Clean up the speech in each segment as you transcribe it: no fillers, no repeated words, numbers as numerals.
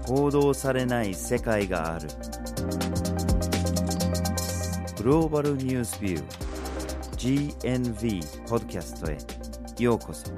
報道されない世界がある。グローバルニュースビュー GNV ポッドキャストへようこそ。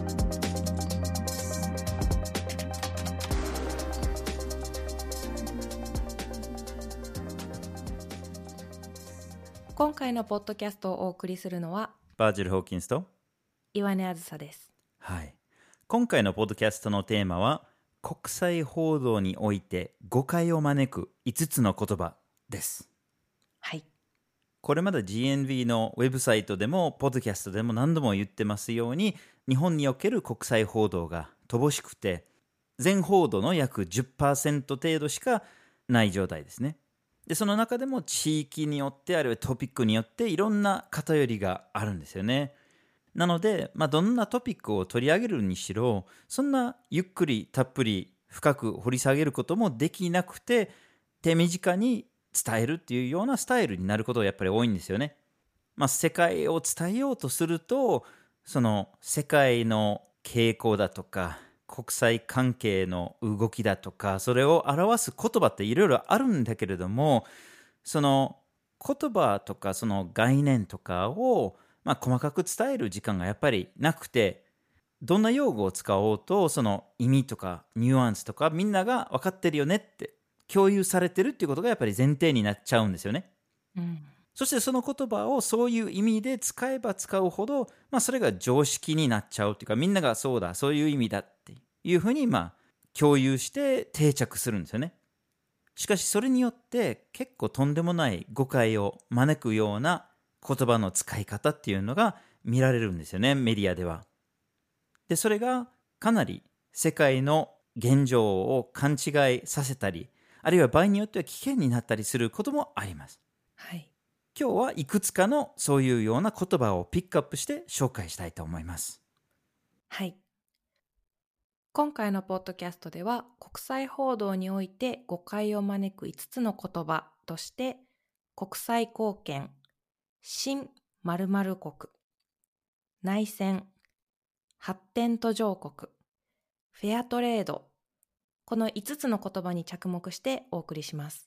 今回のポッドキャストをお送りするのはバージル・ホーキンスと岩根あずさです。 はい。今回のポッドキャストのテーマは国際報道において誤解を招く5つの言葉です。 はい。 これまで GNV のウェブサイトでもポッドキャストでも何度も言ってますように、日本における国際報道が乏しくて、全報道の約 10% 程度しかない状態ですね。でその中でも地域によってあるいはトピックによっていろんな偏りがあるんですよね。なので、どんなトピックを取り上げるにしろ、そんなゆっくりたっぷり深く掘り下げることもできなくて、手短に伝えるっていうようなスタイルになることがやっぱり多いんですよね。世界を伝えようとすると、その世界の傾向だとか国際関係の動きだとか、それを表す言葉っていろいろあるんだけれども、その言葉とかその概念とかを細かく伝える時間がやっぱりなくて、どんな用語を使おうとその意味とかニュアンスとかみんなが分かってるよねって共有されてるっていうことがやっぱり前提になっちゃうんですよね。そしてその言葉をそういう意味で使えば使うほど、それが常識になっちゃうっていうか、みんながそうだそういう意味だっていうふうに共有して定着するんですよね。しかしそれによって結構とんでもない誤解を招くような言葉の使い方っていうのが見られるんですよね、メディアでは。でそれがかなり世界の現状を勘違いさせたり、あるいは場合によっては危険になったりすることもあります。 はい。 今日はいくつかのそういうような言葉をピックアップして紹介したいと思います。 はい。今回のポッドキャストでは、国際報道において誤解を招く5つの言葉として、国際貢献、新〇〇国、内戦、発展途上国、フェアトレード、この5つの言葉に着目してお送りします。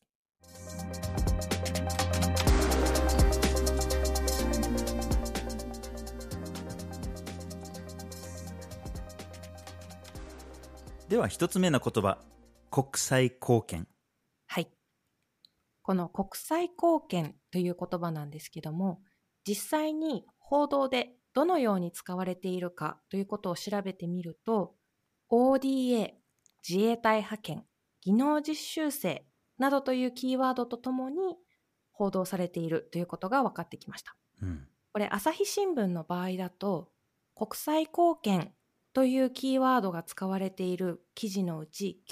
では一つ目の言葉、国際貢献。 はい。この国際貢献という言葉なんですけども、実際に報道でどのように使われているかということを調べてみると、ODA、自衛隊派遣、技能実習生などというキーワードとともに報道されているということが分かってきました。これ、朝日新聞の場合だと、国際貢献というキーワードが使われている記事のうち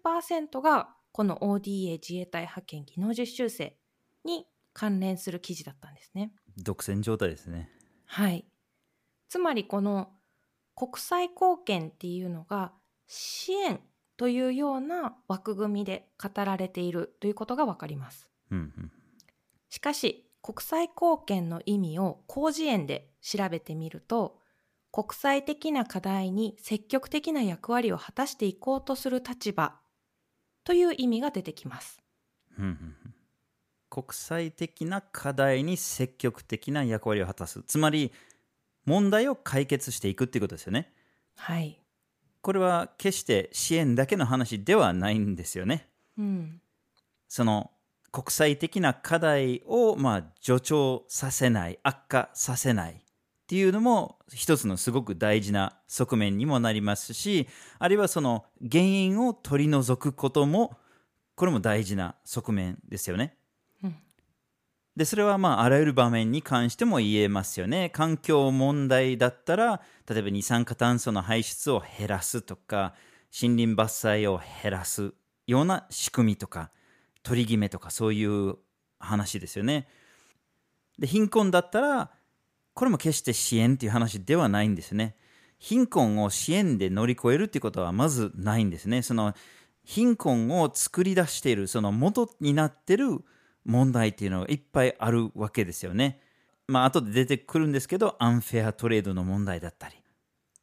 90% がこの ODA 自衛隊派遣技能実習生に関連する記事だったんですね。 独占状態ですね。 はい。つまりこの国際貢献っていうのが支援というような枠組みで語られているということがわかります。しかし国際貢献の意味を広辞苑で調べてみると、国際的な課題に積極的な役割を果たしていこうとする立場という意味が出てきます。 国際的な課題に積極的な役割を果たす。つまり問題を解決していくっていうことですよね。 はい。 これは決して支援だけの話ではないんですよね。その国際的な課題を助長させない、悪化させないっていうのも一つのすごく大事な側面にもなりますし、あるいはその原因を取り除くことも、これも大事な側面ですよね。でそれはあらゆる場面に関しても言えますよね。環境問題だったら、例えば二酸化炭素の排出を減らすとか、森林伐採を減らすような仕組みとか、取り決めとか、そういう話ですよね。で貧困だったら、これも決して支援っていう話ではないんですね。貧困を支援で乗り越えるっていうことはまずないんですね。その貧困を作り出している、その元になっている問題っていうのがいっぱいあるわけですよね。後で出てくるんですけど、アンフェアトレードの問題だったり、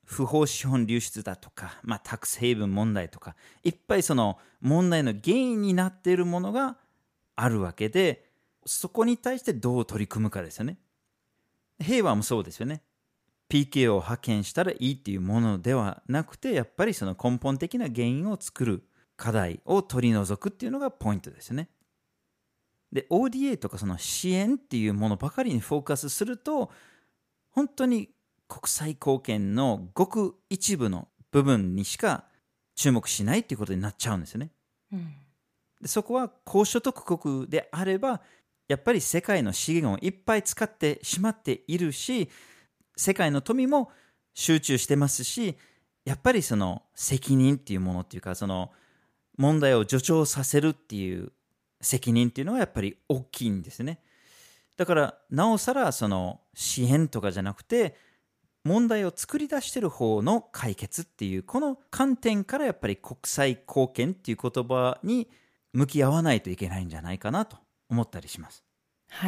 不法資本流出だとか、タックスヘイブン問題とか、いっぱいその問題の原因になっているものがあるわけで、そこに対してどう取り組むかですよね。平和もそうですよね。PK を派遣したらいいっていうものではなくて、やっぱりその根本的な原因を作る課題を取り除くっていうのがポイントですよね。で、ODA とかその支援っていうものばかりにフォーカスすると、本当に国際貢献のごく一部の部分にしか注目しないっていうことになっちゃうんですよね。でそこは高所得国であれば、やっぱり世界の資源をいっぱい使ってしまっているし、世界の富も集中してますし、やっぱりその責任っていうものっていうか、その問題を助長させるっていう責任っていうのはやっぱり大きいんですね。だからなおさらその支援とかじゃなくて、問題を作り出している方の解決っていうこの観点からやっぱり国際貢献っていう言葉に向き合わないといけないんじゃないかなと思ったりします。 はい。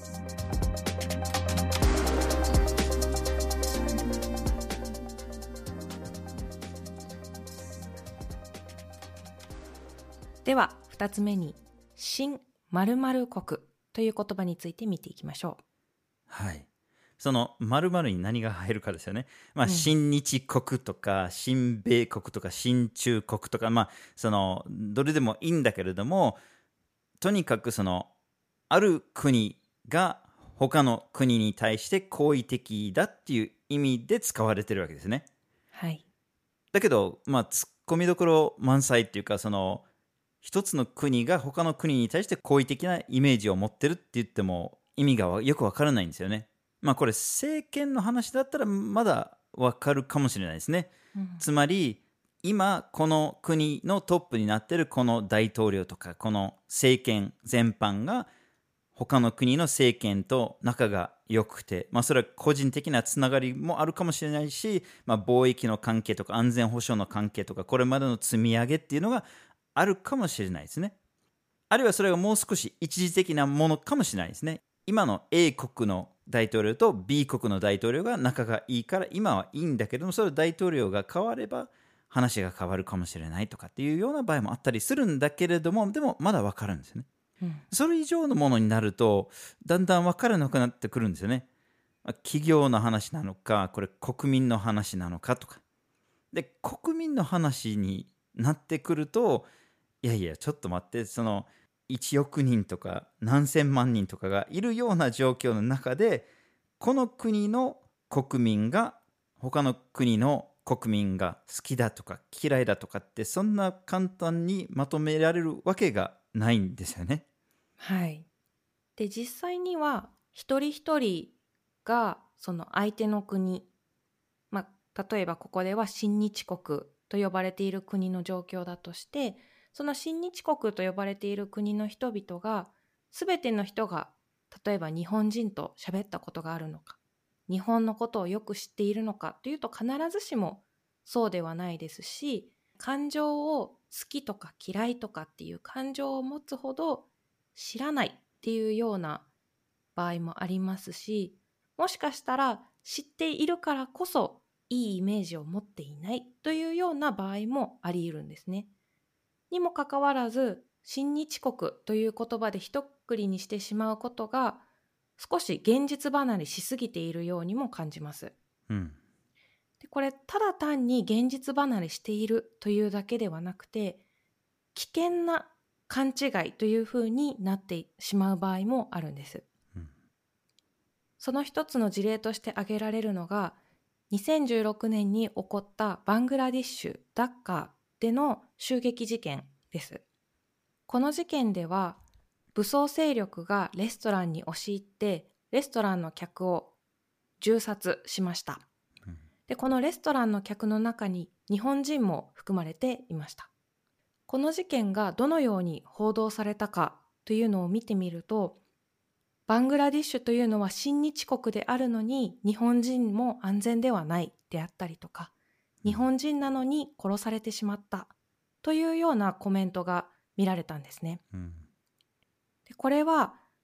では2つ目に新〇〇国という言葉について見ていきましょう。 はい。その〇〇に何が入るかですよね。親日国とか親米国とか親中国とか、そのどれでもいいんだけれども、とにかくそのある国が他の国に対して好意的だっていう意味で使われてるわけですね。 はい。 だけどツッコミどころ満載っていうか、その一つの国が他の国に対して好意的なイメージを持ってるって言っても意味がよくわからないんですよね。これ政権の話だったらまだわかるかもしれないですね。つまり今この国のトップになっているこの大統領とかこの政権全般が他の国の政権と仲が良くて、それは個人的なつながりもあるかもしれないし、貿易の関係とか安全保障の関係とかこれまでの積み上げっていうのがあるかもしれないですね。あるいはそれがもう少し一時的なものかもしれないですね。今の A 国の大統領と B 国の大統領が仲がいいから今はいいんだけども、それ大統領が変われば話が変わるかもしれないとかっていうような場合もあったりするんだけれども、でもまだ分かるんですよね。それ以上のものになるとだんだん分からなくなってくるんですよね。企業の話なのか、これ国民の話なのかとかで、国民の話になってくると、いやいやちょっと待って、その1億人とか何千万人とかがいるような状況の中で、この国の国民が他の国の国民が好きだとか嫌いだとかってそんな簡単にまとめられるわけがないんですよね。 はい。で、実際には一人一人がその相手の国、例えばここでは親日国と呼ばれている国の状況だとして、その親日国と呼ばれている国の人々が、すべての人が例えば日本人と喋ったことがあるのか、日本のことをよく知っているのかというと必ずしもそうではないですし、感情を好きとか嫌いとかっていう感情を持つほど知らないっていうような場合もありますし、もしかしたら知っているからこそいいイメージを持っていないというような場合もあり得るんですね。にもかかわらず、親日国という言葉で一括りにしてしまうことが少し現実離れしすぎているようにも感じます。でこれただ単に現実離れしているというだけではなくて、危険な勘違いというふうになってしまう場合もあるんです。その一つの事例として挙げられるのが、2016年に起こったバングラディッシュ・ダッカーでの襲撃事件です。この事件では、武装勢力がレストランに押し入って、レストランの客を銃殺しました。で、このレストランの客の中に日本人も含まれていました。この事件がどのように報道されたかというのを見てみると、バングラディッシュというのは親日国であるのに日本人も安全ではないであったりとか、日本人なのに殺されてしまったというようなコメントが見られたんですね。でこれは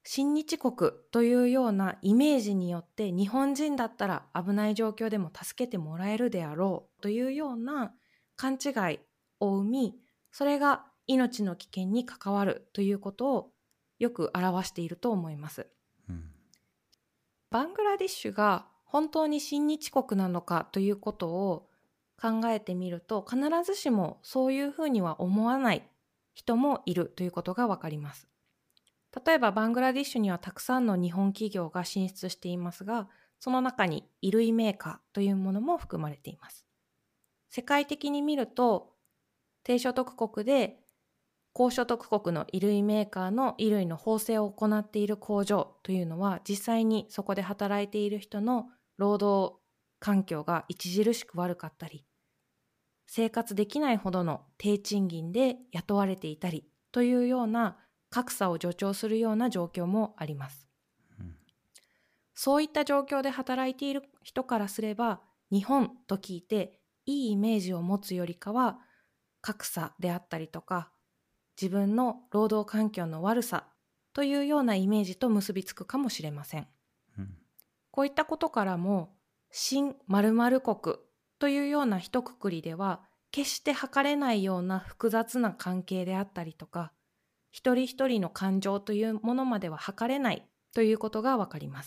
親日国というようなイメージによって日本人だったら危ない状況でも助けてもらえるであろうというような勘違いを生み、それが命の危険に関わるということをよく表していると思います。バングラディッシュが本当に親日国なのかということを考えてみると、必ずしもそういうふうには思わない人もいるということがわかります。例えばバングラディッシュにはたくさんの日本企業が進出していますが、その中に衣類メーカーというものも含まれています。世界的に見ると、低所得国で高所得国の衣類メーカーの衣類の縫製を行っている工場というのは、実際にそこで働いている人の労働環境が著しく悪かったり、生活できないほどの低賃金で雇われていたりというような格差を助長するような状況もあります。そういった状況で働いている人からすれば、日本と聞いていいイメージを持つよりかは、格差であったりとか、自分の労働環境の悪さというようなイメージと結びつくかもしれません。こういったことからも、親〇〇国というような一括りでは、決して測れないような複雑な関係であったりとか、一人一人の感情というものまでは測れないということがわかります。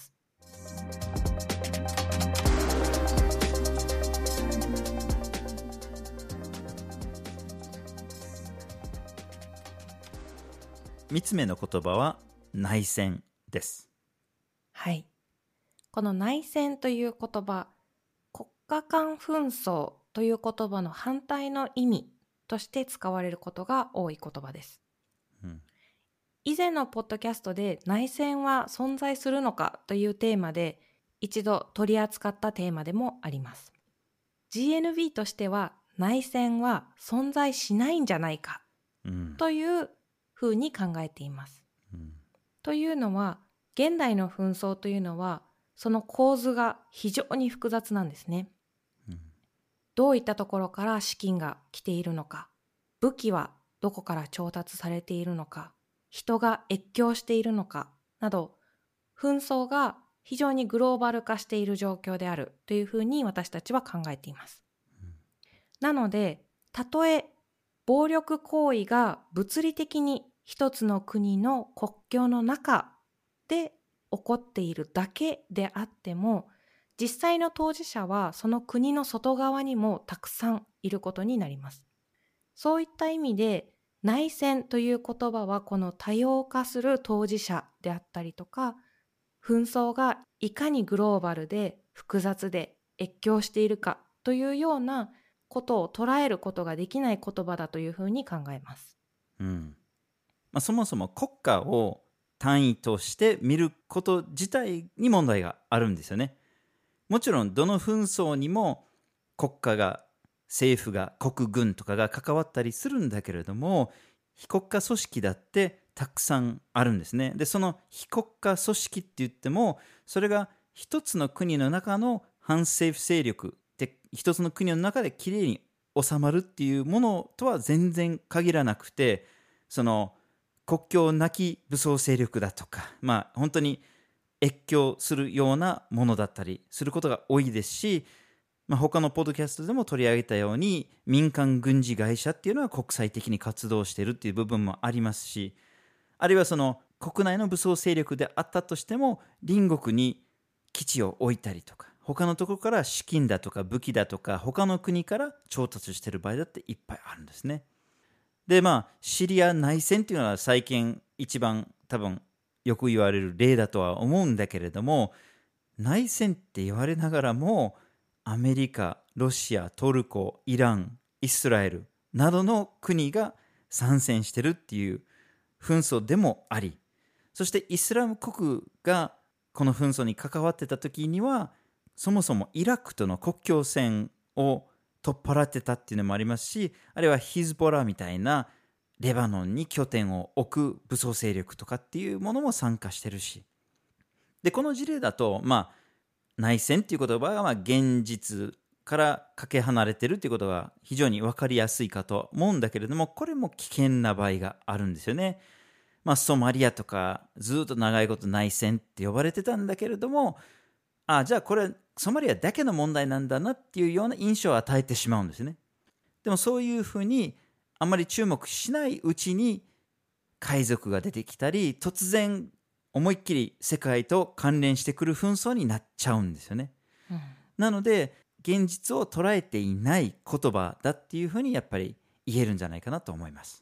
3つ目の言葉は内戦です。 はい。この内戦という言葉、国家間紛争という言葉の反対の意味として使われることが多い言葉です。以前のポッドキャストで内戦は存在するのかというテーマで一度取り扱ったテーマでもあります。GNV としては内戦は存在しないんじゃないかというふうに考えています。というのは、現代の紛争というのはその構図が非常に複雑なんですね。どういったところから資金が来ているのか、武器はどこから調達されているのか、人が越境しているのかなど、紛争が非常にグローバル化している状況であるというふうに私たちは考えています。なので、たとえ暴力行為が物理的に一つの国の国境の中で起こっているだけであっても、実際の当事者はその国の外側にもたくさんいることになります。そういった意味で、内戦という言葉はこの多様化する当事者であったりとか、紛争がいかにグローバルで複雑で越境しているかというようなことを捉えることができない言葉だというふうに考えます。 そもそも国家を単位として見ること自体に問題があるんですよね。もちろんどの紛争にも国家が、政府が、国軍とかが関わったりするんだけれども、非国家組織だってたくさんあるんですね。で、その非国家組織って言っても、それが一つの国の中の反政府勢力で、一つの国の中できれいに収まるっていうものとは全然限らなくて、その国境なき武装勢力だとか、本当に越境するようなものだったりすることが多いですし、他のポッドキャストでも取り上げたように、民間軍事会社っていうのは国際的に活動しているっていう部分もありますし、あるいはその国内の武装勢力であったとしても、隣国に基地を置いたりとか、他のところから資金だとか武器だとか、他の国から調達している場合だっていっぱいあるんですね。で、シリア内戦っていうのは最近一番多分よく言われる例だとは思うんだけれども、内戦って言われながらも、アメリカ、ロシア、トルコ、イラン、イスラエルなどの国が参戦してるっていう紛争でもあり、そしてイスラム国がこの紛争に関わってた時には、そもそもイラクとの国境線を取っ払ってたっていうのもありますし、あるいはヒズボラみたいなレバノンに拠点を置く武装勢力とかっていうものも参加してるし、でこの事例だと内戦っていう言葉が現実からかけ離れてるっていうことが非常に分かりやすいかと思うんだけれども、これも危険な場合があるんですよね。 ソマリアとかずっと長いこと内戦って呼ばれてたんだけれども、じゃあこれソマリアだけの問題なんだなっていうような印象を与えてしまうんですね。でもそういうふうにあまり注目しないうちに海賊が出てきたり、突然思いっきり世界と関連してくる紛争になっちゃうんですよね。 うん、 なので現実を捉えていない言葉だっていうふうにやっぱり言えるんじゃないかなと思います。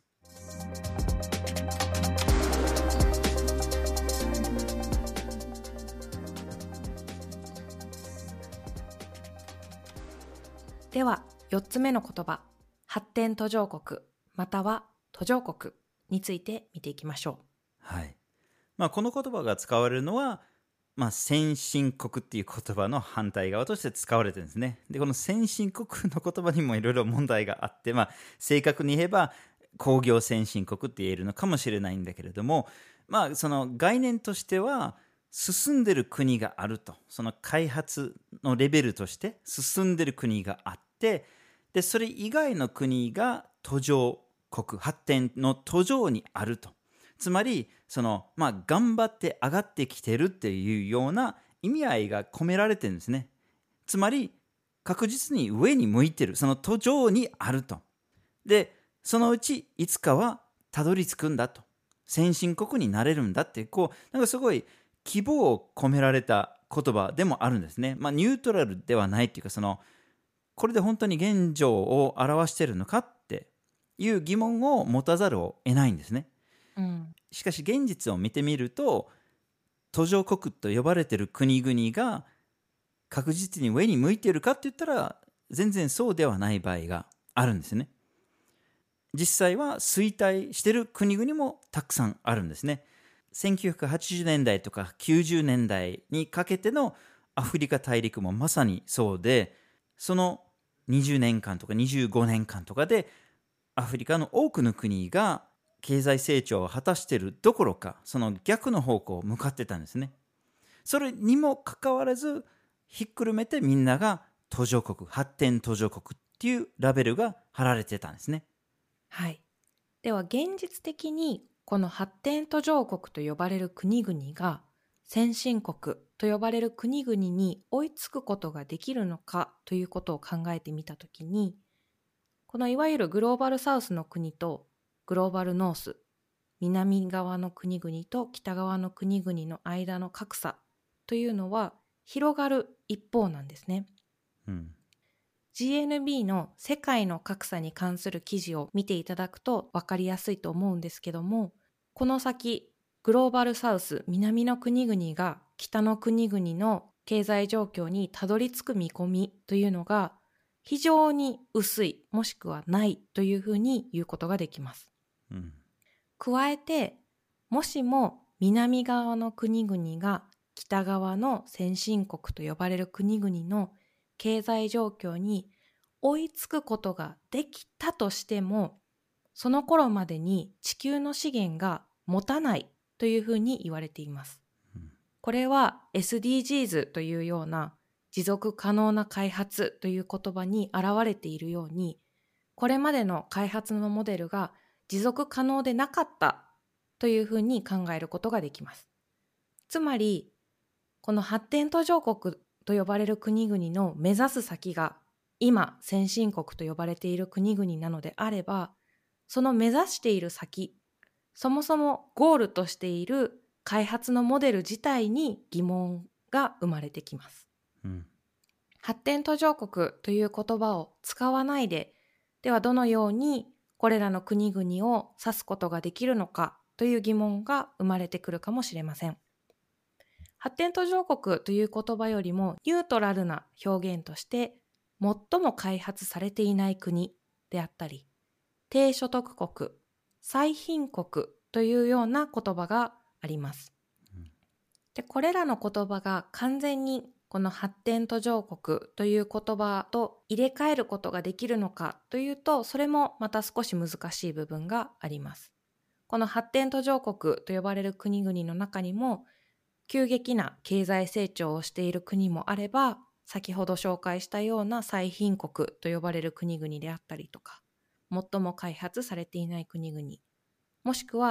では4つ目の言葉、発展途上国または途上国について見ていきましょはい。この言葉が使われるのは、先進国っていう言葉の反対側として使われてるんですね。で、この先進国の言葉にもいろいろ問題があって、正確に言えば工業先進国って言えるのかもしれないんだけれども、その概念としては進んでる国があると、その開発のレベルとして進んでる国があって、でそれ以外の国が途上国、発展の途上にあると。つまり頑張って上がってきてるっていうような意味合いが込められてるんですね。つまり確実に上に向いてる、その途上にあると。でそのうちいつかはたどり着くんだと、先進国になれるんだって、なんかすごい希望を込められた言葉でもあるんですね。ニュートラルではないっていうか、これで本当に現状を表しているのかっていう疑問を持たざるを得ないんですね。 う。 しかし現実を見てみると、途上国と呼ばれている国々が確実に上に向いているかって言ったら全然そうではない場合があるんですね。実際は衰退している国々もたくさんあるんですね。1980年代とか90年代にかけてのアフリカ大陸もまさにそうで、その20年間とか25年間とかでアフリカの多くの国が経済成長を果たしているどころか、その逆の方向を向かってたんですね。それにもかかわらずひっくるめてみんなが途上国、発展途上国っていうラベルが貼られてたんですね。 はい。では現実的にこの発展途上国と呼ばれる国々が先進国と呼ばれる国々に追いつくことができるのかということを考えてみたときに、このいわゆるグローバルサウスの国とグローバルノース、南側の国々と北側の国々の間の格差というのは広がる一方なんですね。GNB の世界の格差に関する記事を見ていただくと分かりやすいと思うんですけども、この先グローバルサウス、南の国々が北の国々の経済状況にたどり着く見込みというのが非常に薄い、もしくはないというふうに言うことができます。加えて、もしも南側の国々が北側の先進国と呼ばれる国々の経済状況に追いつくことができたとしても、その頃までに地球の資源が持たないというふうに言われています。これは SDGs というような持続可能な開発という言葉に表れているように、これまでの開発のモデルが持続可能でなかったというふうに考えることができます。つまり、この発展途上国と呼ばれる国々の目指す先が今先進国と呼ばれている国々なのであれば、その目指している先、そもそもゴールとしている開発のモデル自体に疑問が生まれてきます。発展途上国という言葉を使わないで、ではどのようにこれらの国々を指すことができるのかという疑問が生まれてくるかもしれません。発展途上国という言葉よりもニュートラルな表現として最も開発されていない国であったり、低所得国、最貧国というような言葉があります。で、これらの言葉が完全にこの発展途上国という言葉と入れ替えることができるのかというと、それもまた少し難しい部分があります。この発展途上国と呼ばれる国々の中にも、急激な経済成長をしている国もあれば、先ほど紹介したような最貧国と呼ばれる国々であったりとか、最も開発されていない国々、もしくは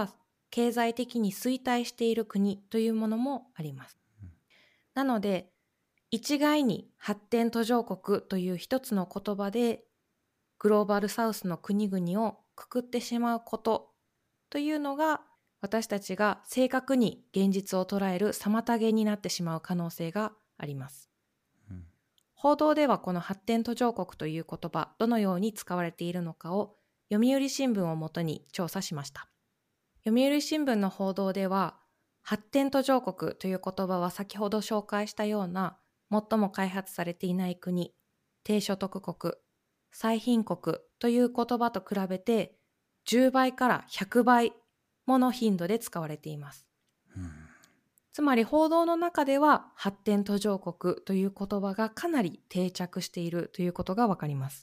経済的に衰退している国というものもあります。なので、一概に発展途上国という一つの言葉でグローバルサウスの国々をくくってしまうことというのが、私たちが正確に現実を捉える妨げになってしまう可能性があります。報道ではこの発展途上国という言葉、どのように使われているのかを読売新聞をもとに調査しました。読売新聞の報道では、発展途上国という言葉は先ほど紹介したような最も開発されていない国、低所得国、最貧国という言葉と比べて10倍から100倍もの頻度で使われています。つまり報道の中では発展途上国という言葉がかなり定着しているということがわかります。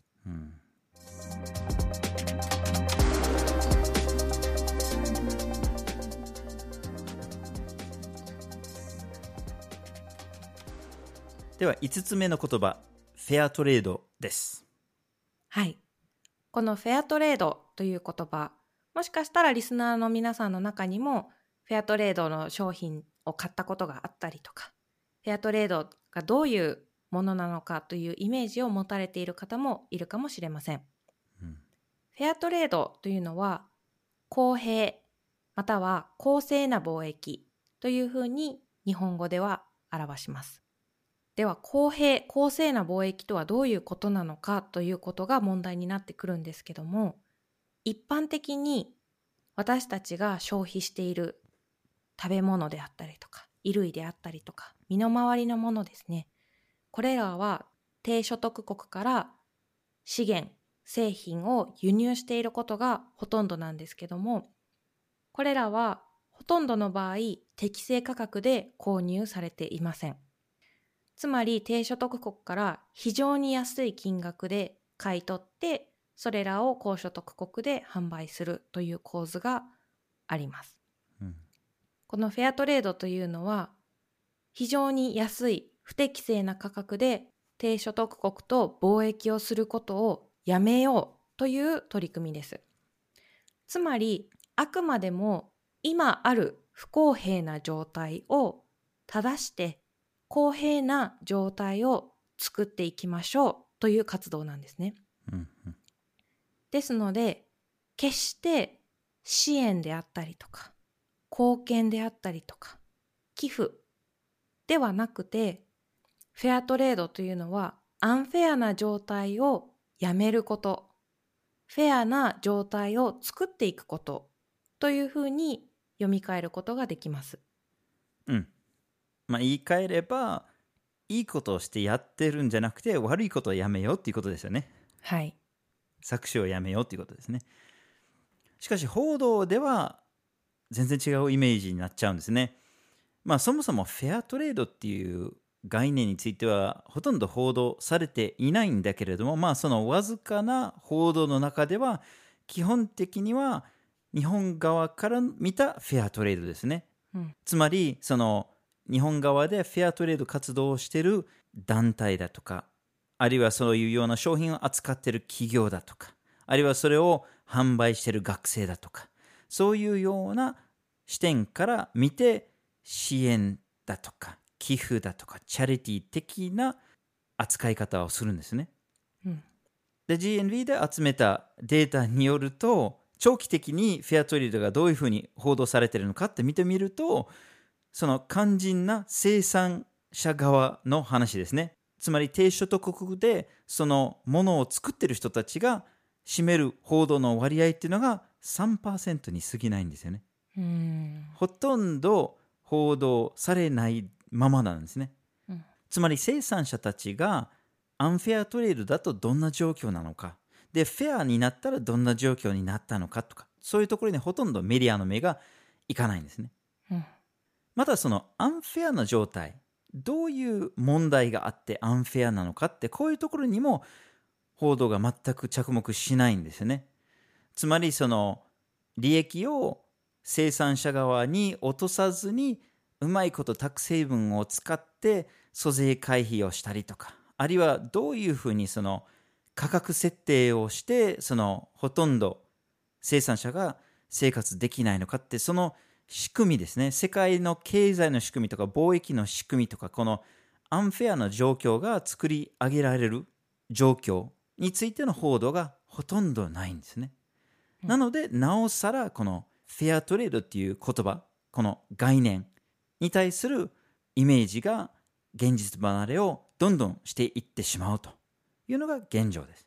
では5つ目の言葉、フェアトレードです。 はい。このフェアトレードという言葉、もしかしたらリスナーの皆さんの中にもフェアトレードの商品を買ったことがあったりとか、フェアトレードがどういうものなのかというイメージを持たれている方もいるかもしれません。フェアトレードというのは公平または公正な貿易というふうに日本語では表します。では公平・公正な貿易とはどういうことなのかということが問題になってくるんですけども、一般的に私たちが消費している食べ物であったりとか衣類であったりとか身の回りのものですね、これらは低所得国から資源・製品を輸入していることがほとんどなんですけども、これらはほとんどの場合適正価格で購入されていません。つまり低所得国から非常に安い金額で買い取ってそれらを高所得国で販売するという構図があります。このフェアトレードというのは非常に安い不適正な価格で低所得国と貿易をすることをやめようという取り組みです。つまりあくまでも今ある不公平な状態を正して公平な状態を作っていきましょうという活動なんですね。ですので、決して支援であったりとか、貢献であったりとか、寄付ではなくて、フェアトレードというのはアンフェアな状態をやめること、フェアな状態を作っていくことというふうに読み替えることができます。 言い換えれば、いいことをしてやってるんじゃなくて悪いことをやめようっていうことですよね。 はい。 搾取をやめようっていうことですね。しかし報道では全然違うイメージになっちゃうんですね。そもそもフェアトレードっていう概念についてはほとんど報道されていないんだけれども、そのわずかな報道の中では基本的には日本側から見たフェアトレードですね。つまりその日本側でフェアトレード活動をしている団体だとか、あるいはそういうような商品を扱っている企業だとか、あるいはそれを販売している学生だとか、そういうような視点から見て支援だとか寄付だとかチャリティー的な扱い方をするんですね。で GNV で集めたデータによると、長期的にフェアトレードがどういうふうに報道されているのかって見てみると、その肝心な生産者側の話ですね。つまり低所得国でそのものを作っている人たちが占める報道の割合っていうのが 3% に過ぎないんですよね。ほとんど報道されないままなんですね。つまり生産者たちがアンフェアトレードだとどんな状況なのか、でフェアになったらどんな状況になったのかとか、そういうところにほとんどメディアの目がいかないんですね。またそのアンフェアな状態、どういう問題があってアンフェアなのかって、こういうところにも報道が全く着目しないんですよね。つまりその利益を生産者側に落とさずにうまいことタック成分を使って租税回避をしたりとか、あるいはどういうふうにその価格設定をして、そのほとんど生産者が生活できないのかって、その仕組みですね。世界の経済の仕組みとか貿易の仕組みとか、このアンフェアな状況が作り上げられる状況についての報道がほとんどないんですね。なので、なおさらこのフェアトレードっていう言葉、この概念に対するイメージが現実離れをどんどんしていってしまうというのが現状です。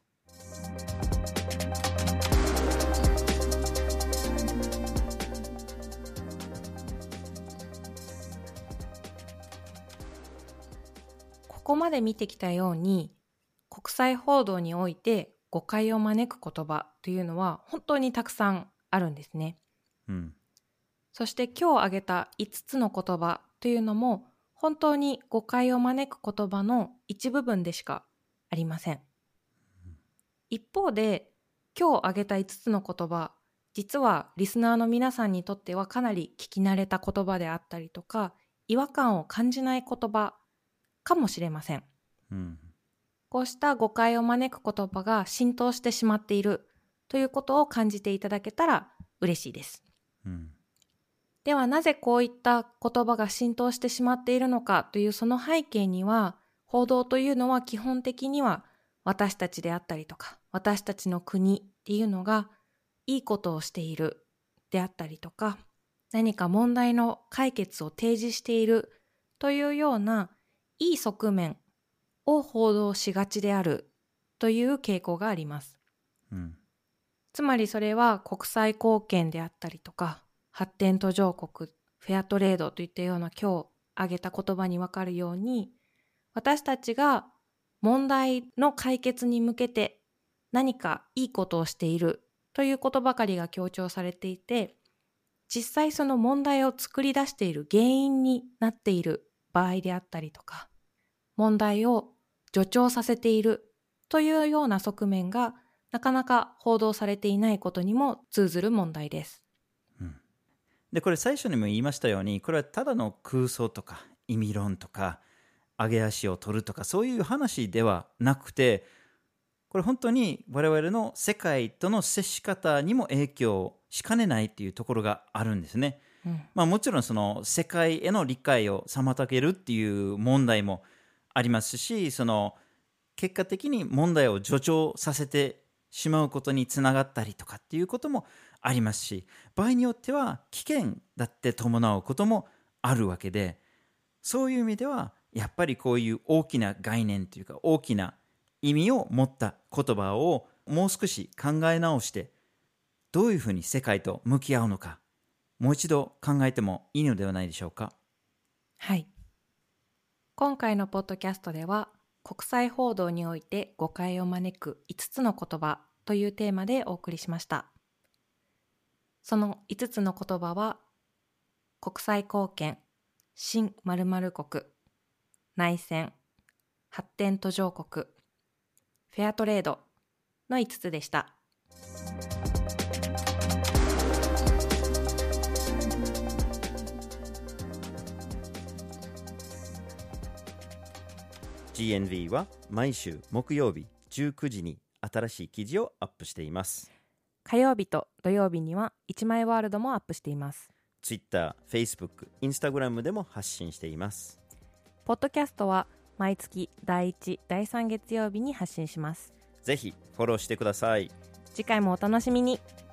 ここまで見てきたように、国際報道において誤解を招く言葉というのは本当にたくさんあるんですね。そして今日挙げた5つの言葉というのも本当に誤解を招く言葉の一部分でしかありません。一方で今日挙げた5つの言葉、実はリスナーの皆さんにとってはかなり聞き慣れた言葉であったりとか、違和感を感じない言葉かもしれません。こうした誤解を招く言葉が浸透してしまっているということを感じていただけたら嬉しいです。ではなぜこういった言葉が浸透してしまっているのかというその背景には、報道というのは基本的には私たちであったりとか、私たちの国っていうのがいいことをしているであったりとか、何か問題の解決を提示しているというようないい側面を報道しがちであるという傾向があります。つまりそれは国際貢献であったりとか、発展途上国、フェアトレードといったような今日挙げた言葉に分かるように、私たちが問題の解決に向けて何かいいことをしているということばかりが強調されていて、実際その問題を作り出している原因になっている場合であったりとか、問題を助長させているというような側面がなかなか報道されていないことにも通ずる問題です。 で、これ最初にも言いましたように、これはただの空想とか意味論とか上げ足を取るとかそういう話ではなくて、これ本当に我々の世界との接し方にも影響しかねないっていうところがあるんですね。もちろんその世界への理解を妨げるっていう問題もありますし、その結果的に問題を助長させてしまうことにつながったりとかっていうこともありますし、場合によっては危険だって伴うこともあるわけで、そういう意味ではやっぱりこういう大きな概念というか大きな意味を持った言葉をもう少し考え直して、どういうふうに世界と向き合うのか、もう一度考えてもいいのではないでしょうか。 はい。今回のポッドキャストでは、国際報道において誤解を招く5つの言葉というテーマでお送りしました。その5つの言葉は、国際貢献、新〇〇国、内戦、発展途上国、フェアトレードの5つでした。 GNV は毎週木曜日19時に新しい記事をアップしています。 火曜日と土曜日には1枚ワールドもアップしています。 Twitter、Facebook、Instagram でも発信しています。 ポッドキャストは毎月第1、第3月曜日に発信します。 ぜひフォローしてください。 次回もお楽しみに。